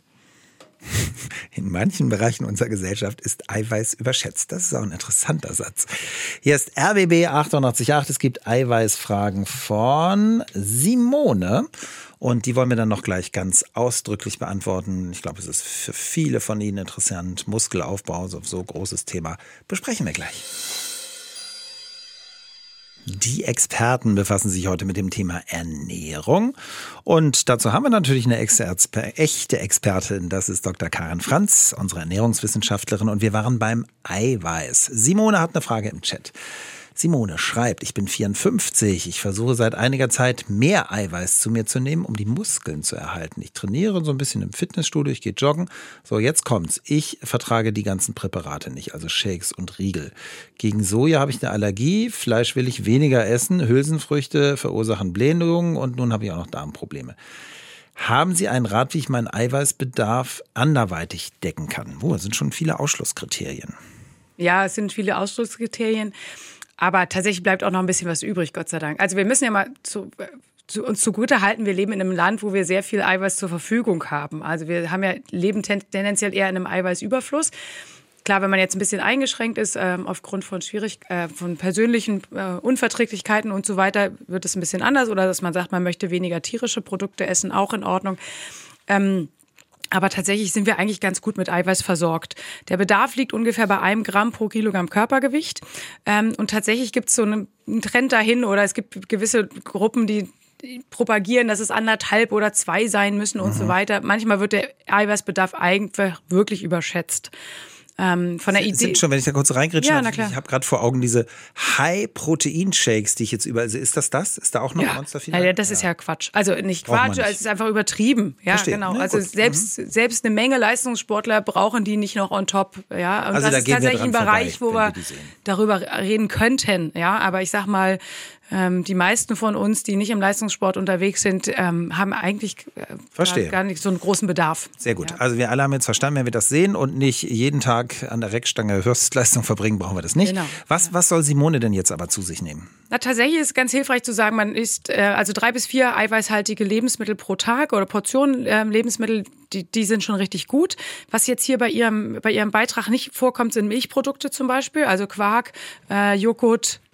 In manchen Bereichen unserer Gesellschaft ist Eiweiß überschätzt. Das ist auch ein interessanter Satz. Hier ist R B B achtundachtzig Komma acht. Es gibt Eiweißfragen von Simone. Und die wollen wir dann noch gleich ganz ausdrücklich beantworten. Ich glaube, es ist für viele von Ihnen interessant. Muskelaufbau, so, so großes Thema. Besprechen wir gleich. Die Experten befassen sich heute mit dem Thema Ernährung und dazu haben wir natürlich eine echte Expertin, das ist Doktor Karin Franz, unsere Ernährungswissenschaftlerin und wir waren beim Eiweiß. Simone hat eine Frage im Chat. Simone schreibt, ich bin vierundfünfzig, ich versuche seit einiger Zeit mehr Eiweiß zu mir zu nehmen, um die Muskeln zu erhalten. Ich trainiere so ein bisschen im Fitnessstudio, ich gehe joggen. So, jetzt kommt's. Ich vertrage die ganzen Präparate nicht, also Shakes und Riegel. Gegen Soja habe ich eine Allergie, Fleisch will ich weniger essen, Hülsenfrüchte verursachen Blähungen und nun habe ich auch noch Darmprobleme. Haben Sie einen Rat, wie ich meinen Eiweißbedarf anderweitig decken kann? Oh, das sind schon viele Ausschlusskriterien. Ja, es sind viele Ausschlusskriterien. Aber tatsächlich bleibt auch noch ein bisschen was übrig, Gott sei Dank. Also wir müssen ja mal zu, zu, uns zugute halten, wir leben in einem Land, wo wir sehr viel Eiweiß zur Verfügung haben. Also wir haben ja leben tendenziell eher in einem Eiweißüberfluss. Klar, wenn man jetzt ein bisschen eingeschränkt ist, äh, aufgrund von schwierig, äh, von persönlichen äh, Unverträglichkeiten und so weiter, wird es ein bisschen anders. Oder dass man sagt, man möchte weniger tierische Produkte essen, auch in Ordnung. Ähm, Aber tatsächlich sind wir eigentlich ganz gut mit Eiweiß versorgt. Der Bedarf liegt ungefähr bei einem Gramm pro Kilogramm Körpergewicht. Ähm, und tatsächlich gibt es so einen Trend dahin oder es gibt gewisse Gruppen, die propagieren, dass es anderthalb oder zwei sein müssen und mhm. so weiter. Manchmal wird der Eiweißbedarf einfach wirklich überschätzt. Ähm, von der Idee. Sind schon, wenn ich da kurz reingrätsche, ja, na klar. Ich habe gerade vor Augen diese High-Protein-Shakes, die ich jetzt überall sehe. Ist das das? Ist da auch noch ja. Monster viel? Ja, das ja. ist ja Quatsch. Also nicht Braucht Quatsch, nicht. Es ist einfach übertrieben. Ja, Verstehe. genau. Ja, also gut. selbst mhm. selbst eine Menge Leistungssportler brauchen die nicht noch on top. Ja, und also das da ist gehen tatsächlich wir ein Bereich, vorbei, wo wir, wir darüber reden könnten. Ja, aber ich sag mal, ähm, die meisten von uns, die nicht im Leistungssport unterwegs sind, ähm, haben eigentlich äh, gar nicht so einen großen Bedarf. Sehr gut. Ja. Also wir alle haben jetzt verstanden, wenn wir das sehen und nicht jeden Tag an der Reckstange Höchstleistung verbringen, brauchen wir das nicht. Genau. Was, ja. was soll Simone denn jetzt aber zu sich nehmen? Na, tatsächlich ist es ganz hilfreich zu sagen, man isst äh, also drei bis vier eiweißhaltige Lebensmittel pro Tag oder Portionen äh, Lebensmittel, die, die sind schon richtig gut. Was jetzt hier bei ihrem, bei ihrem Beitrag nicht vorkommt, sind Milchprodukte zum Beispiel, also Quark, äh, Joghurt,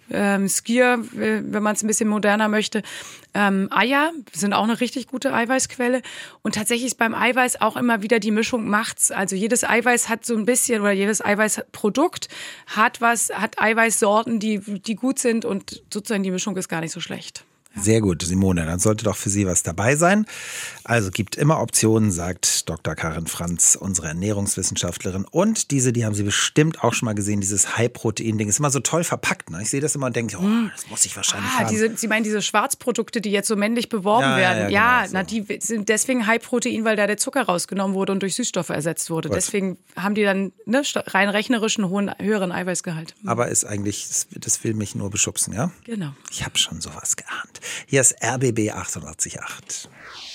ähm, Skier, wenn man es ein bisschen moderner möchte. Ähm, Eier sind auch eine richtig gute Eiweißquelle. Und tatsächlich ist beim Eiweiß auch immer wieder die Mischung macht's. Also jedes Eiweiß hat so ein bisschen, oder jedes Eiweißprodukt hat was, hat Eiweißsorten, die, die gut sind und sozusagen die Mischung ist gar nicht so schlecht. Sehr gut, Simone, dann sollte doch für Sie was dabei sein. Also gibt immer Optionen, sagt Doktor Karin Franz, unsere Ernährungswissenschaftlerin. Und diese, die haben Sie bestimmt auch schon mal gesehen, dieses High-Protein-Ding. Ist immer so toll verpackt. Ne? Ich sehe das immer und denke, oh, das muss ich wahrscheinlich ah, haben. Diese, Sie meinen diese Schwarzprodukte, die jetzt so männlich beworben ja, werden? Ja, ja, genau, na, so. die sind deswegen High-Protein, weil da der Zucker rausgenommen wurde und durch Süßstoffe ersetzt wurde. Gut. Deswegen haben die dann ne, rein rechnerisch einen hohen, höheren Eiweißgehalt. Aber ist eigentlich, das will mich nur beschubsen, ja? Genau. Ich habe schon sowas geahnt. Hier ist R B B achtundachtzig Komma acht.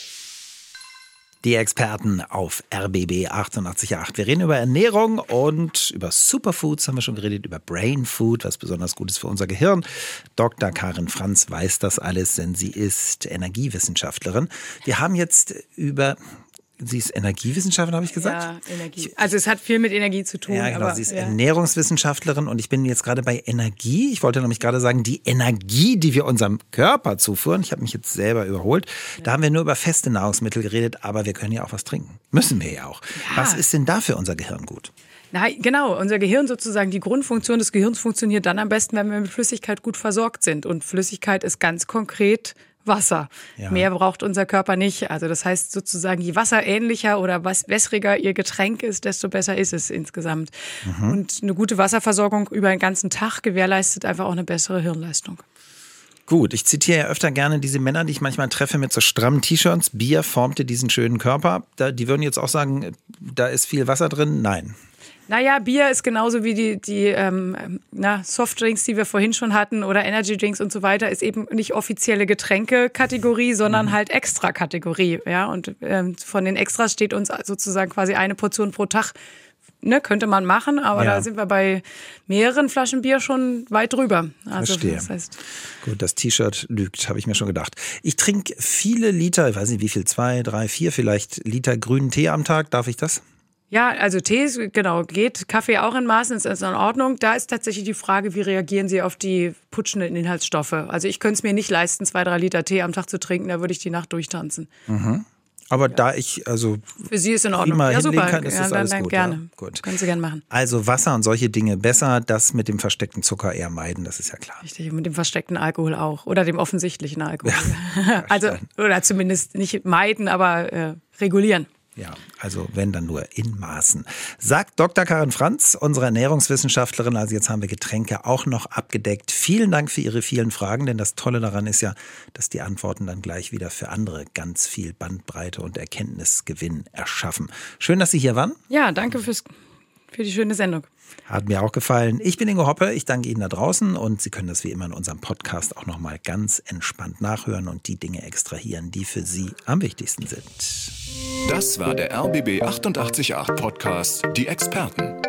Die Experten auf R B B achtundachtzig Komma acht. Wir reden über Ernährung und über Superfoods haben wir schon geredet, über Brain Food, was besonders gut ist für unser Gehirn. Doktor Karin Franz weiß das alles, denn sie ist Energiewissenschaftlerin. Wir haben jetzt über... Sie ist Energiewissenschaftlerin, habe ich gesagt? Ja, Energie. Also es hat viel mit Energie zu tun. Ja, genau. Aber, Sie ist ja. Ernährungswissenschaftlerin und ich bin jetzt gerade bei Energie. Ich wollte nämlich gerade sagen, die Energie, die wir unserem Körper zuführen. Ich habe mich jetzt selber überholt. Da haben wir nur über feste Nahrungsmittel geredet, aber wir können ja auch was trinken. Müssen wir ja auch. Ja. Was ist denn da für unser Gehirn gut? Na, genau, unser Gehirn sozusagen, die Grundfunktion des Gehirns funktioniert dann am besten, wenn wir mit Flüssigkeit gut versorgt sind. Und Flüssigkeit ist ganz konkret Wasser. Ja. Mehr braucht unser Körper nicht. Also das heißt sozusagen, je wasserähnlicher oder was wässriger Ihr Getränk ist, desto besser ist es insgesamt. Mhm. Und eine gute Wasserversorgung über den ganzen Tag gewährleistet einfach auch eine bessere Hirnleistung. Gut, ich zitiere ja öfter gerne diese Männer, die ich manchmal treffe mit so strammen T-Shirts. Bier formte diesen schönen Körper. Da, die würden jetzt auch sagen, da ist viel Wasser drin. Nein. Naja, Bier ist genauso wie die, die ähm, na, Softdrinks, die wir vorhin schon hatten oder Energydrinks und so weiter, ist eben nicht offizielle Getränkekategorie, sondern mhm. halt Extra-Kategorie. Ja? Und ähm, von den Extras steht uns sozusagen quasi eine Portion pro Tag. Ne, könnte man machen, aber ja. da sind wir bei mehreren Flaschen Bier schon weit drüber. Also, Verstehe. Das heißt, gut, das T-Shirt lügt, habe ich mir schon gedacht. Ich trinke viele Liter, ich weiß nicht wie viel, zwei, drei, vier vielleicht Liter grünen Tee am Tag. Darf ich das? Ja, also Tee, genau, geht. Kaffee auch in Maßen, ist in Ordnung. Da ist tatsächlich die Frage, wie reagieren Sie auf die putschenden Inhaltsstoffe? Also ich könnte es mir nicht leisten, zwei, drei Liter Tee am Tag zu trinken, da würde ich die Nacht durchtanzen. Mhm. Aber ja. da ich, also für Sie ist in Ordnung. Ja, super. Kann, ist ja, das dann, alles dann gut. Gerne. Ja, gut. Können Sie gerne machen. Also Wasser und solche Dinge besser, das mit dem versteckten Zucker eher meiden, das ist ja klar. Richtig, und mit dem versteckten Alkohol auch. Oder dem offensichtlichen Alkohol. Ja. also, oder zumindest nicht meiden, aber äh, regulieren. Ja, also wenn, dann nur in Maßen. Sagt Doktor Karin Franz, unsere Ernährungswissenschaftlerin. Also jetzt haben wir Getränke auch noch abgedeckt. Vielen Dank für Ihre vielen Fragen, denn das Tolle daran ist ja, dass die Antworten dann gleich wieder für andere ganz viel Bandbreite und Erkenntnisgewinn erschaffen. Schön, dass Sie hier waren. Ja, danke fürs, für die schöne Sendung. Hat mir auch gefallen. Ich bin Ingo Hoppe, ich danke Ihnen da draußen und Sie können das wie immer in unserem Podcast auch nochmal ganz entspannt nachhören und die Dinge extrahieren, die für Sie am wichtigsten sind. Das war der R B B achtundachtzig Komma acht Podcast, die Experten.